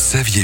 saviez-vous ?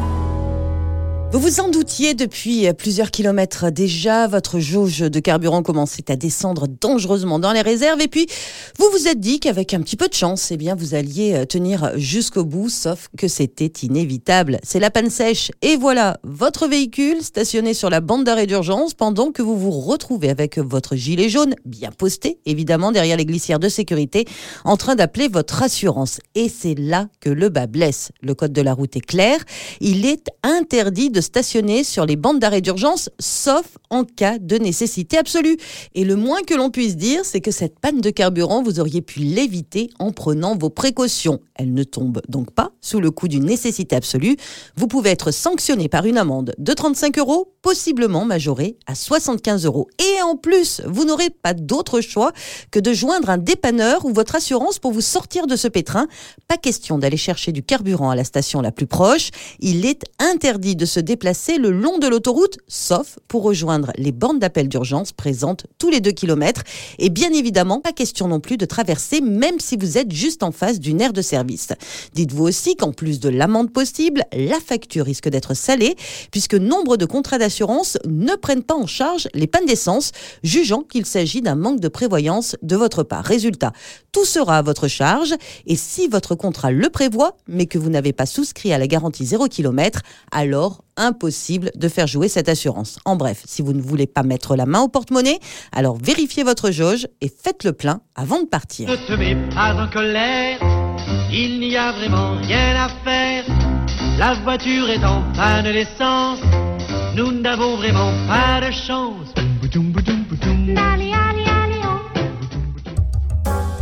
Vous vous en doutiez, depuis plusieurs kilomètres déjà, votre jauge de carburant commençait à descendre dangereusement dans les réserves et puis vous vous êtes dit qu'avec un petit peu de chance, vous alliez tenir jusqu'au bout, sauf que c'était inévitable. C'est la panne sèche et voilà votre véhicule stationné sur la bande d'arrêt d'urgence pendant que vous vous retrouvez avec votre gilet jaune bien posté, évidemment derrière les glissières de sécurité, en train d'appeler votre assurance. Et c'est là que le bas blesse. Le code de la route est clair, il est interdit de stationner sur les bandes d'arrêt d'urgence, sauf en cas de nécessité absolue. Et le moins que l'on puisse dire, c'est que cette panne de carburant, vous auriez pu l'éviter en prenant vos précautions. Elle ne tombe donc pas sous le coup d'une nécessité absolue. Vous pouvez être sanctionné par une amende de 35 €, possiblement majorée à 75 €. Et en plus, vous n'aurez pas d'autre choix que de joindre un dépanneur ou votre assurance pour vous sortir de ce pétrin. Pas question d'aller chercher du carburant à la station la plus proche. Il est interdit de se déplacer le long de l'autoroute, sauf pour rejoindre les bornes d'appel d'urgence présentes tous les 2 kilomètres. Et bien évidemment, pas question non plus de traverser, même si vous êtes juste en face d'une aire de service. Dites-vous aussi qu'en plus de l'amende possible, la facture risque d'être salée, puisque nombre de contrats d'assurance ne prennent pas en charge les pannes d'essence, jugeant qu'il s'agit d'un manque de prévoyance de votre part. Résultat, tout sera à votre charge, et si votre contrat le prévoit, mais que vous n'avez pas souscrit à la garantie 0 km, alors impossible de faire jouer cette assurance. En bref, si vous ne voulez pas mettre la main au porte-monnaie, alors vérifiez votre jauge et faites le plein avant de partir. Ne te mets pas en colère, il n'y a vraiment rien à faire. La voiture est en panne d'essence, nous n'avons vraiment pas de chance.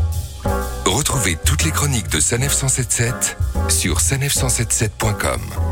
Retrouvez toutes les chroniques de Sanef 177 sur sanef177.com.